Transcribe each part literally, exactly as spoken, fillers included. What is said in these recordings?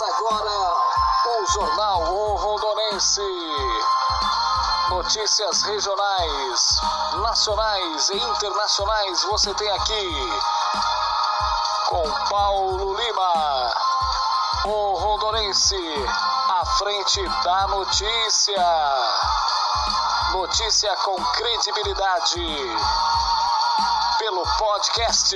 Começa agora o Jornal O Rondonense. Notícias regionais, nacionais e internacionais você tem aqui com Paulo Lima. O Rondonense à frente da notícia. Notícia com credibilidade pelo podcast.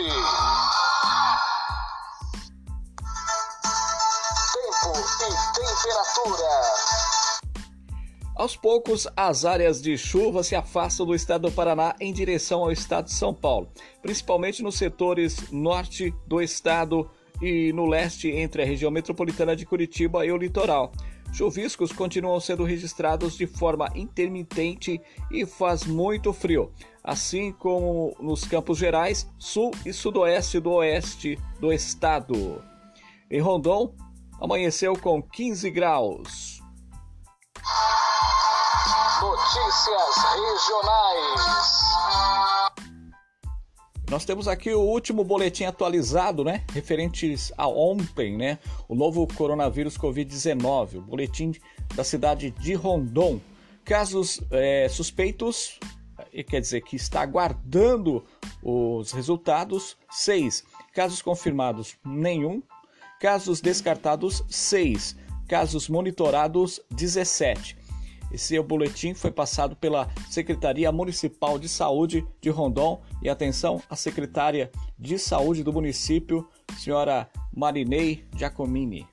Tempo e temperatura. Aos poucos, as áreas de chuva se afastam do estado do Paraná em direção ao estado de São Paulo, principalmente nos setores norte do estado e no leste entre a região metropolitana de Curitiba e o litoral. Chuviscos continuam sendo registrados de forma intermitente e faz muito frio, assim como nos Campos Gerais, sul e sudoeste do oeste do estado. Em Rondon, amanheceu com quinze graus. Notícias regionais. Nós temos aqui o último boletim atualizado, né, referentes a ontem, né, o novo coronavírus covid dezenove, o boletim da cidade de Rondon. Casos é, suspeitos, quer dizer que está aguardando os resultados, seis. Casos confirmados, nenhum. Casos descartados, seis. Casos monitorados, dezessete. Esse boletim foi passado pela Secretaria Municipal de Saúde de Rondon e atenção, a secretária de Saúde do município, senhora Marinei Giacomini.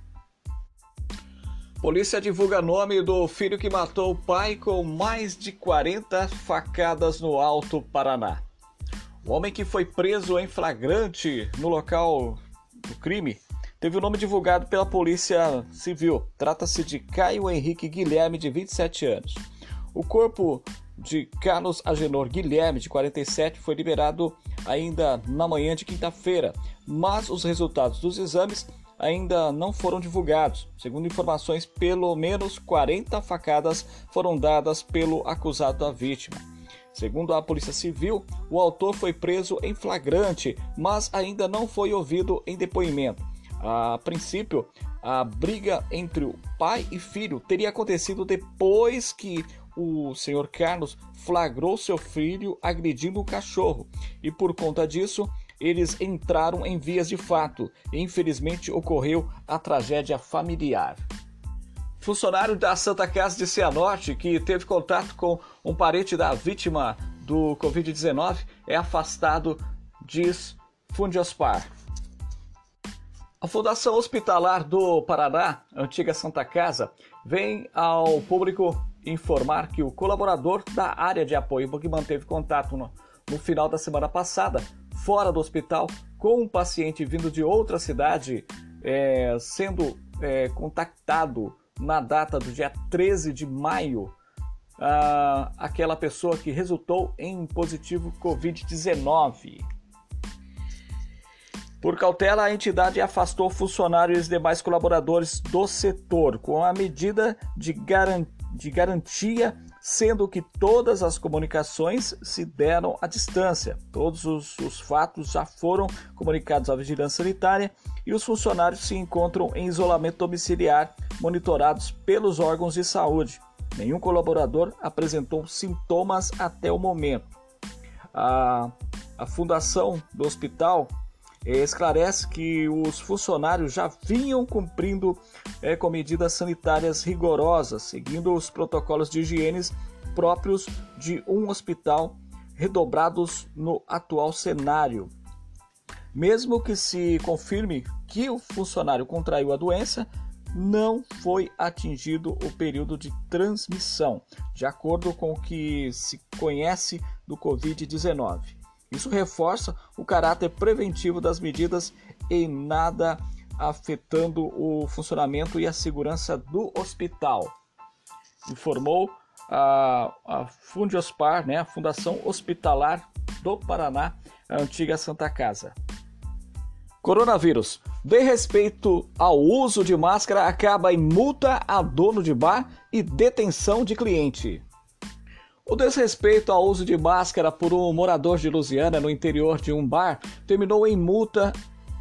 Polícia divulga nome do filho que matou o pai com mais de quarenta facadas no Alto Paraná. O homem que foi preso em flagrante no local do crime teve o nome divulgado pela Polícia Civil. Trata-se de Caio Henrique Guilherme, de vinte e sete anos. O corpo de Carlos Agenor Guilherme, de quarenta e sete, foi liberado ainda na manhã de quinta-feira, mas os resultados dos exames ainda não foram divulgados. Segundo informações, pelo menos quarenta facadas foram dadas pelo acusado da vítima. Segundo a Polícia Civil, o autor foi preso em flagrante, mas ainda não foi ouvido em depoimento. A princípio, a briga entre o pai e filho teria acontecido depois que o senhor Carlos flagrou seu filho agredindo um cachorro e, por conta disso, eles entraram em vias de fato e, infelizmente, ocorreu a tragédia familiar. Funcionário da Santa Casa de Cianorte que teve contato com um parente da vítima do covid dezenove é afastado, diz Fundiospar. A Fundação Hospitalar do Paraná, antiga Santa Casa, vem ao público informar que o colaborador da área de apoio que manteve contato no, no final da semana passada, fora do hospital, com um paciente vindo de outra cidade, é, sendo é, contactado na data do dia treze de maio, ah, aquela pessoa que resultou em positivo covid dezenove. Por cautela, a entidade afastou funcionários e demais colaboradores do setor, com a medida de, garan- de garantia, sendo que todas as comunicações se deram à distância. Todos os, os fatos já foram comunicados à Vigilância Sanitária e os funcionários se encontram em isolamento domiciliar, monitorados pelos órgãos de saúde. Nenhum colaborador apresentou sintomas até o momento. A, a fundação do hospital esclarece que os funcionários já vinham cumprindo é, com medidas sanitárias rigorosas, seguindo os protocolos de higiene próprios de um hospital, redobrados no atual cenário. Mesmo que se confirme que o funcionário contraiu a doença, não foi atingido o período de transmissão, de acordo com o que se conhece do covid dezenove. Isso reforça o caráter preventivo das medidas e nada afetando o funcionamento e a segurança do hospital, informou a, a Fundiospar, né, a Fundação Hospitalar do Paraná, a antiga Santa Casa. Coronavírus. Dê respeito ao uso de máscara, acaba em multa a dono de bar e detenção de cliente. O desrespeito ao uso de máscara por um morador de Lusiânia no interior de um bar terminou em multa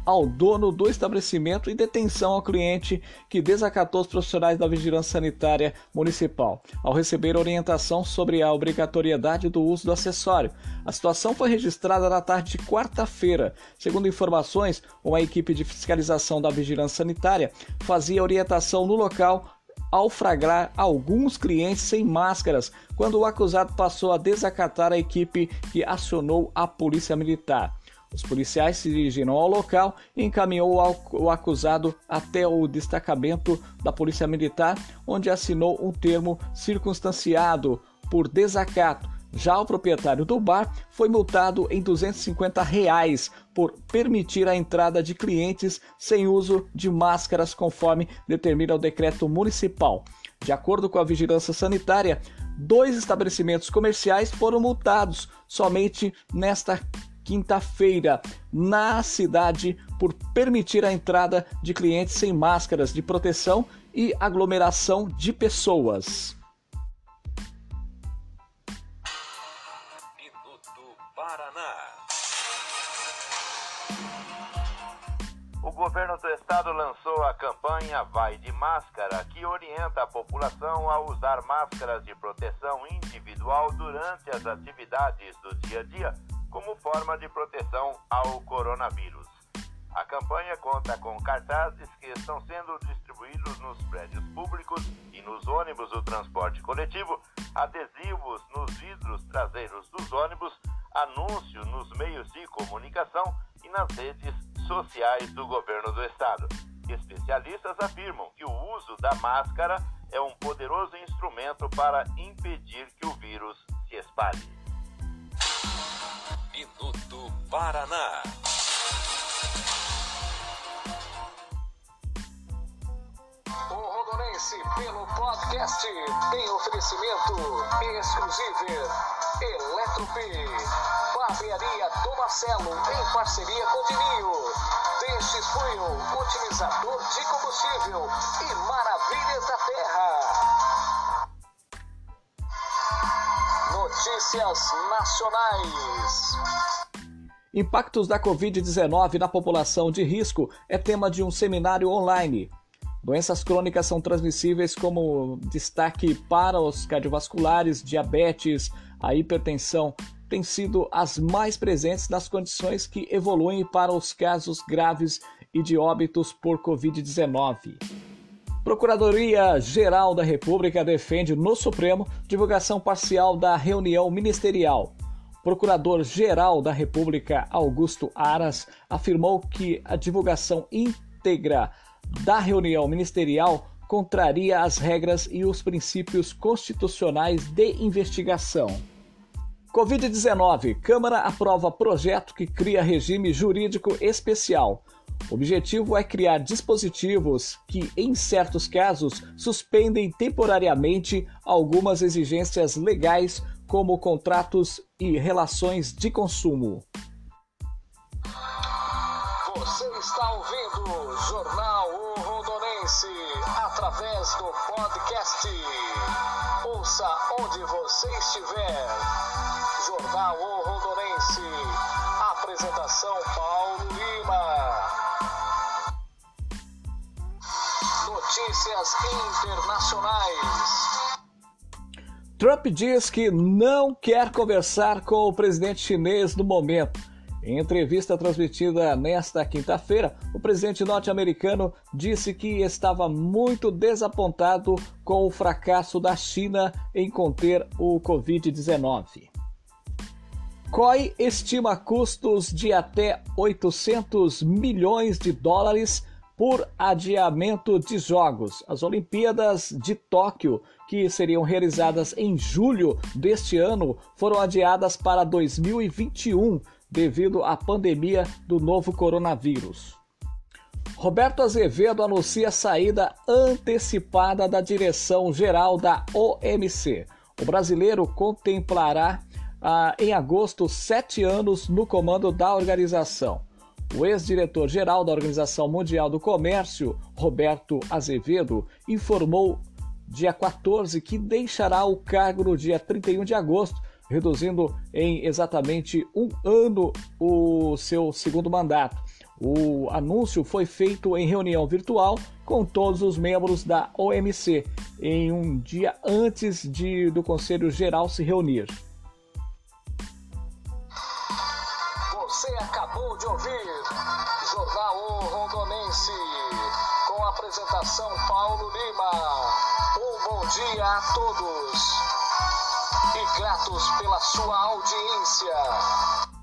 ao dono do estabelecimento e detenção ao cliente que desacatou os profissionais da Vigilância Sanitária Municipal, ao receber orientação sobre a obrigatoriedade do uso do acessório. A situação foi registrada na tarde de quarta-feira. Segundo informações, uma equipe de fiscalização da Vigilância Sanitária fazia orientação no local ao flagrar alguns clientes sem máscaras, quando o acusado passou a desacatar a equipe que acionou a Polícia Militar. Os policiais se dirigiram ao local e encaminhou o acusado até o destacamento da Polícia Militar, onde assinou um termo circunstanciado por desacato. Já o proprietário do bar foi multado em duzentos e cinquenta reais por permitir a entrada de clientes sem uso de máscaras, conforme determina o decreto municipal. De acordo com a Vigilância Sanitária, dois estabelecimentos comerciais foram multados somente nesta quinta-feira na cidade por permitir a entrada de clientes sem máscaras de proteção e aglomeração de pessoas. O governo do estado lançou a campanha Vai de Máscara, que orienta a população a usar máscaras de proteção individual durante as atividades do dia a dia, como forma de proteção ao coronavírus. A campanha conta com cartazes que estão sendo distribuídos nos prédios públicos e nos ônibus do transporte coletivo, adesivos nos vidros traseiros dos ônibus, anúncio nos meios de comunicação e nas redes sociais do governo do estado. Especialistas afirmam que o uso da máscara é um poderoso instrumento para impedir que o vírus se espalhe. Minuto Paraná. O Rondonense pelo podcast tem oferecimento exclusivo Eletrop, Barbearia do Marcelo em parceria com o Dininho, Texas Fuel, otimizador de combustível e Maravilhas da Terra. Notícias nacionais. Impactos da covid dezenove na população de risco é tema de um seminário online. Doenças crônicas são transmissíveis, como destaque para os cardiovasculares, diabetes, a hipertensão, têm sido as mais presentes nas condições que evoluem para os casos graves e de óbitos por covid dezenove. Procuradoria-Geral da República defende no Supremo divulgação parcial da reunião ministerial. Procurador-Geral da República, Augusto Aras, afirmou que a divulgação íntegra da reunião ministerial contraria as regras e os princípios constitucionais de investigação. covid dezenove. Câmara aprova projeto que cria regime jurídico especial. O objetivo é criar dispositivos que, em certos casos, suspendem temporariamente algumas exigências legais, como contratos e relações de consumo. Você está ouvindo o Jornal O Rondonense através do podcast. Ouça onde você estiver. Jornal O Rondonense. Apresentação Paulo Lima. Notícias internacionais. Trump diz que não quer conversar com o presidente chinês no momento. Em entrevista transmitida nesta quinta-feira, o presidente norte-americano disse que estava muito desapontado com o fracasso da China em conter o covid dezenove. C O I estima custos de até oitocentos milhões de dólares por adiamento de jogos. As Olimpíadas de Tóquio, que seriam realizadas em julho deste ano, foram adiadas para dois mil e vinte e um devido à pandemia do novo coronavírus. Roberto Azevedo anuncia a saída antecipada da direção-geral da O M C. O brasileiro contemplará ah, em agosto sete anos no comando da organização. O ex-diretor-geral da Organização Mundial do Comércio, Roberto Azevedo, informou dia quatorze que deixará o cargo no dia trinta e um de agosto, reduzindo em exatamente um ano o seu segundo mandato. O anúncio foi feito em reunião virtual com todos os membros da O M C, em um dia antes de, do Conselho Geral se reunir. Você acabou de ouvir Jornal O Rondonense, com a apresentação Paulo Lima. Um bom dia a todos e gratos pela sua audiência.